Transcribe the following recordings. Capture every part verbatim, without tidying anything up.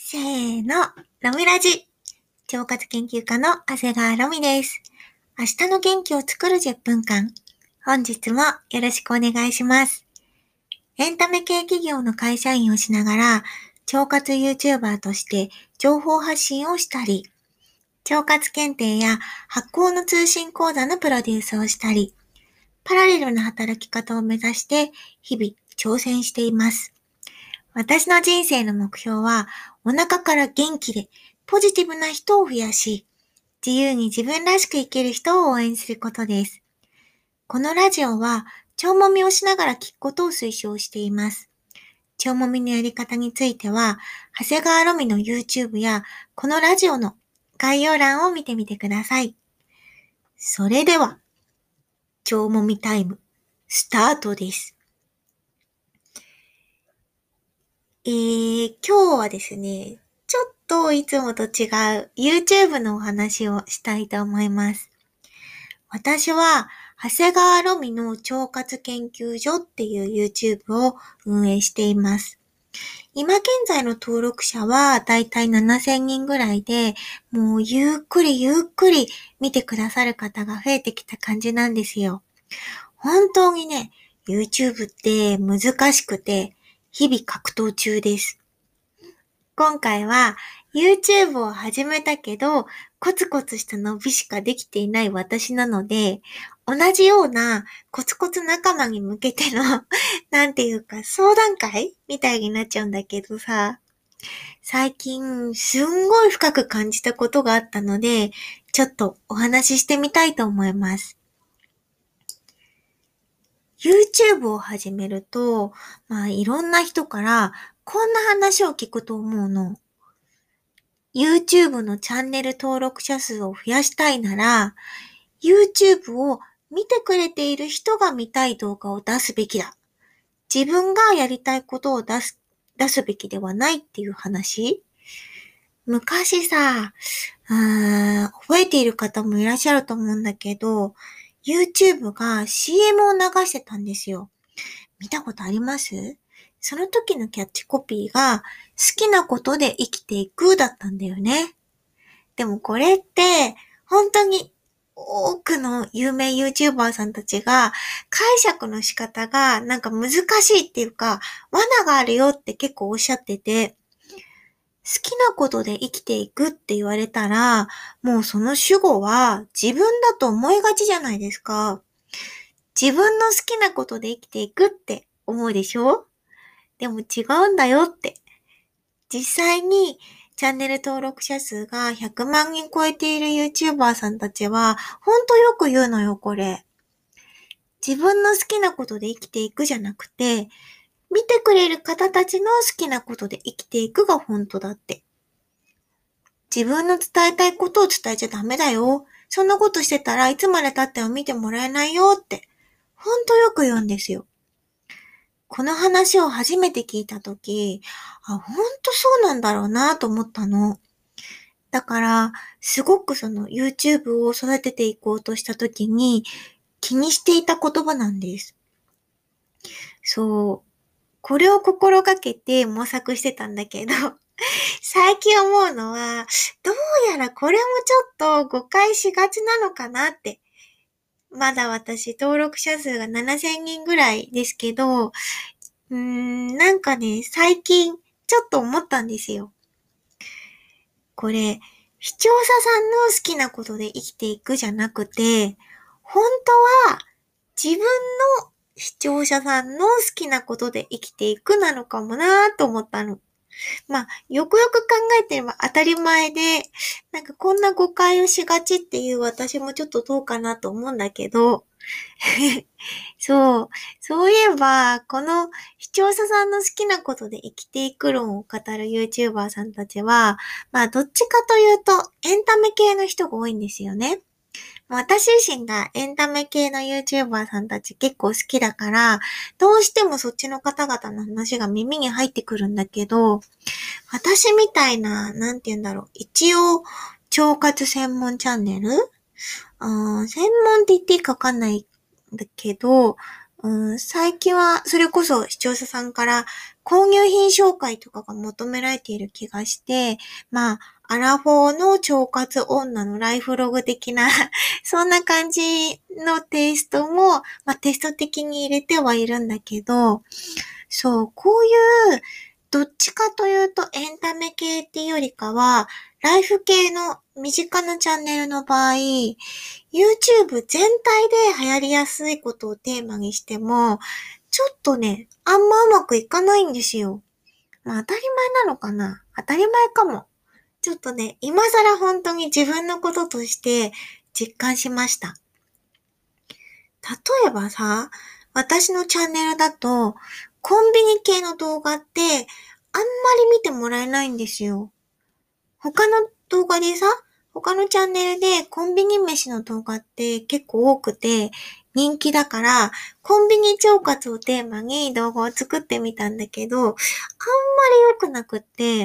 せーの、ロミラジ。腸活研究家の長谷川ロミです。明日の元気を作るじゅっぷんかん。本日もよろしくお願いします。エンタメ系企業の会社員をしながら、腸活 YouTuber として情報発信をしたり、腸活検定や発行の通信講座のプロデュースをしたり、パラレルな働き方を目指して日々挑戦しています。私の人生の目標は、お腹から元気でポジティブな人を増やし、自由に自分らしく生きる人を応援することです。このラジオは、腸もみをしながら聞くことを推奨しています。腸もみのやり方については、長谷川ロミの YouTube やこのラジオの概要欄を見てみてください。それでは、腸もみタイム、スタートです。えー、今日はですね、ちょっといつもと違う YouTube のお話をしたいと思います。私は、長谷川ロミの腸活研究所っていう YouTube を運営しています。今現在の登録者はだいたいななせんにんぐらいで、もうゆっくりゆっくり見てくださる方が増えてきた感じなんですよ。本当にね、YouTube って難しくて、日々格闘中です。今回は YouTube を始めたけど、コツコツした伸びしかできていない私なので、同じようなコツコツ仲間に向けての、なんていうか相談会みたいになっちゃうんだけどさ、最近すんごい深く感じたことがあったので、ちょっとお話ししてみたいと思います。YouTube を始めると、まあいろんな人からこんな話を聞くと思うの。YouTube のチャンネル登録者数を増やしたいなら、YouTube を見てくれている人が見たい動画を出すべきだ。自分がやりたいことを出す、出すべきではないっていう話。昔さ、うーん、覚えている方もいらっしゃると思うんだけど、YouTube が シーエム を流してたんですよ。見たことあります？その時のキャッチコピーが、好きなことで生きていくだったんだよね。でもこれって、本当に多くの有名 YouTuber さんたちが、解釈の仕方がなんか難しいっていうか、罠があるよって結構おっしゃってて、好きなことで生きていくって言われたら、もうその主語は自分だと思いがちじゃないですか。自分の好きなことで生きていくって思うでしょ？でも違うんだよって。実際にチャンネル登録者数がひゃくまんにん超えている YouTuber さんたちは、ほんとよく言うのよ、これ。自分の好きなことで生きていくじゃなくて、見てくれる方たちの好きなことで生きていくが本当だって。自分の伝えたいことを伝えちゃダメだよ。そんなことしてたらいつまで経っても見てもらえないよって、ほんとよく言うんですよ。この話を初めて聞いたとき、あ、ほんとそうなんだろうなと思ったの。だから、すごくその YouTube を育てていこうとしたときに気にしていた言葉なんです。そう。これを心がけて模索してたんだけど、最近思うのは、どうやらこれもちょっと誤解しがちなのかなって。まだ私登録者数がななせんにんぐらいですけど、うーん、なんかね、最近ちょっと思ったんですよ。これ、視聴者さんの好きなことで生きていくじゃなくて、本当は自分の視聴者さんの好きなことで生きていくなのかもなぁと思ったの。まあ、よくよく考えてれば当たり前で、なんかこんな誤解をしがちっていう私もちょっとどうかなと思うんだけど、そう。そういえば、この視聴者さんの好きなことで生きていく論を語る YouTuber さんたちは、まあ、どっちかというと、エンタメ系の人が多いんですよね。私自身がエンタメ系の YouTuber さんたち結構好きだから、どうしてもそっちの方々の話が耳に入ってくるんだけど、私みたいな、なんて言うんだろう、一応、腸活専門チャンネルあー専門って言っていいかわかんないんだけど、うん、最近はそれこそ視聴者さんから購入品紹介とかが求められている気がして、まあ、アラフォーの腸活女のライフログ的な、そんな感じのテイストも、まあ、テスト的に入れてはいるんだけど、そう、こういう、どっちかというとエンタメ系っていうよりかは、ライフ系の身近なチャンネルの場合、YouTube 全体で流行りやすいことをテーマにしても、ちょっとね、あんまうまくいかないんですよ。まあ当たり前なのかな？当たり前かも。ちょっとね、今更本当に自分のこととして実感しました。例えばさ、私のチャンネルだと、コンビニ系の動画って、あんまり見てもらえないんですよ。他の動画でさ、他のチャンネルでコンビニ飯の動画って結構多くて人気だから、コンビニ腸活をテーマに動画を作ってみたんだけど、あんまり良くなくって、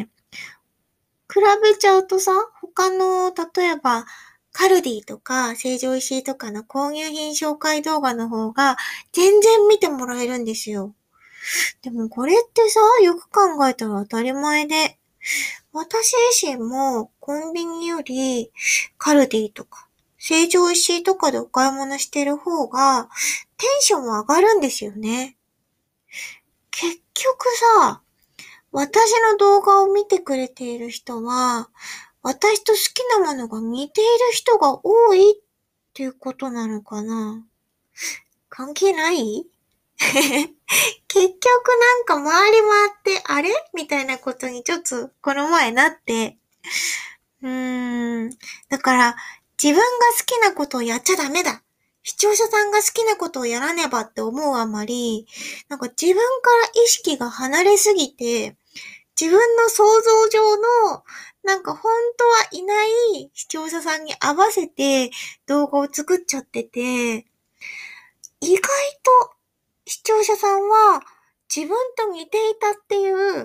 比べちゃうとさ、他の、例えば、カルディとか成城石井とかの購入品紹介動画の方が全然見てもらえるんですよ。でもこれってさ、よく考えたら当たり前で、私自身もコンビニよりカルディとか成城石井とかでお買い物してる方がテンションも上がるんですよね。結局さ、私の動画を見てくれている人は、私と好きなものが似ている人が多いっていうことなのかな？関係ない結局なんか回り回ってあれみたいなことにちょっとこの前なって、うーん。だから自分が好きなことをやっちゃダメだ。視聴者さんが好きなことをやらねばって思うあまり、なんか自分から意識が離れすぎて、自分の想像上の、なんか本当はいない視聴者さんに合わせて動画を作っちゃってて、意外と視聴者さんは自分と似ていたっていう、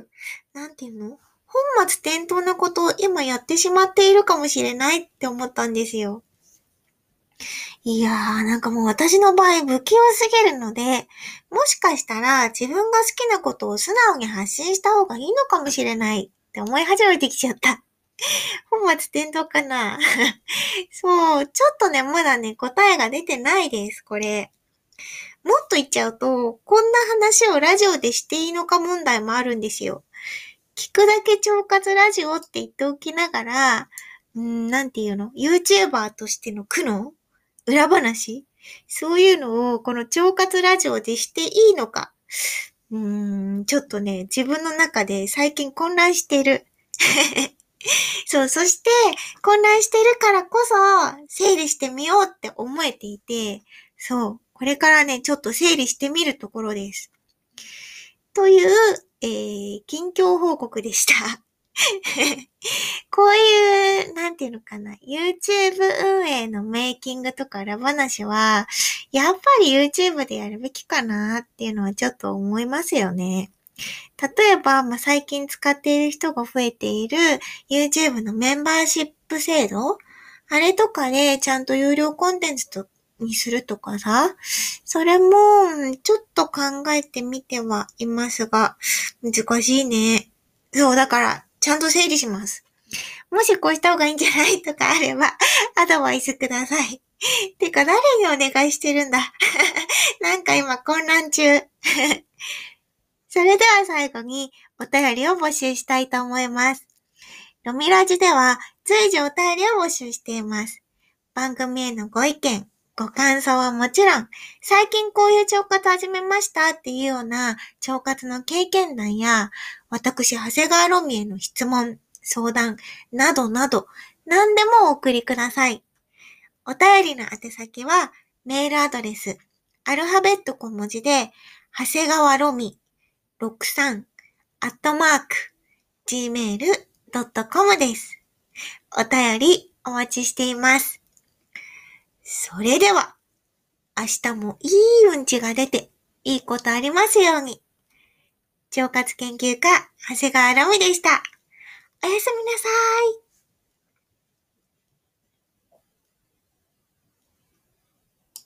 なんていうの？本末転倒なことを今やってしまっているかもしれないって思ったんですよ。いやー、なんかもう私の場合不器用すぎるので、もしかしたら自分が好きなことを素直に発信した方がいいのかもしれないって思い始めてきちゃった。本末転倒かなそう、ちょっとね、まだね、答えが出てないです、これ。もっと言っちゃうと、こんな話をラジオでしていいのか問題もあるんですよ。聞くだけ腸活ラジオって言っておきながら、うーん、なんていうの？ YouTuber としての苦悩？裏話？そういうのをこの腸活ラジオでしていいのか？うーん、ちょっとね、自分の中で最近混乱してる。そう、そして混乱してるからこそ整理してみようって思えていて、そう、これからね、ちょっと整理してみるところです。という、えー、近況報告でした。こういう、なんていうのかな、YouTube 運営のメイキングとか裏話は、やっぱり YouTube でやるべきかなっていうのはちょっと思いますよね。例えば、まあ、最近使っている人が増えている YouTube のメンバーシップ制度？あれとかでちゃんと有料コンテンツとにするとかさ、それもちょっと考えてみてはいますが、難しいね。そう、だからちゃんと整理します。もしこうした方がいいんじゃないとかあれば、アドバイスください。てか誰にお願いしてるんだなんか今混乱中それでは最後にお便りを募集したいと思います。ロミラジでは随時お便りを募集しています。番組へのご意見、ご感想はもちろん、最近こういう腸活始めましたっていうような腸活の経験談や、私、長谷川ロミへの質問、相談、などなど、何でもお送りください。お便りの宛先は、メールアドレス、アルファベット小文字で、長谷川ロミろくさんアットマーク ジーメールドットコム です。お便りお待ちしています。それでは、明日もいいうんちが出て、いいことありますように。腸活研究家、長谷川ロミでした。おやすみなさい。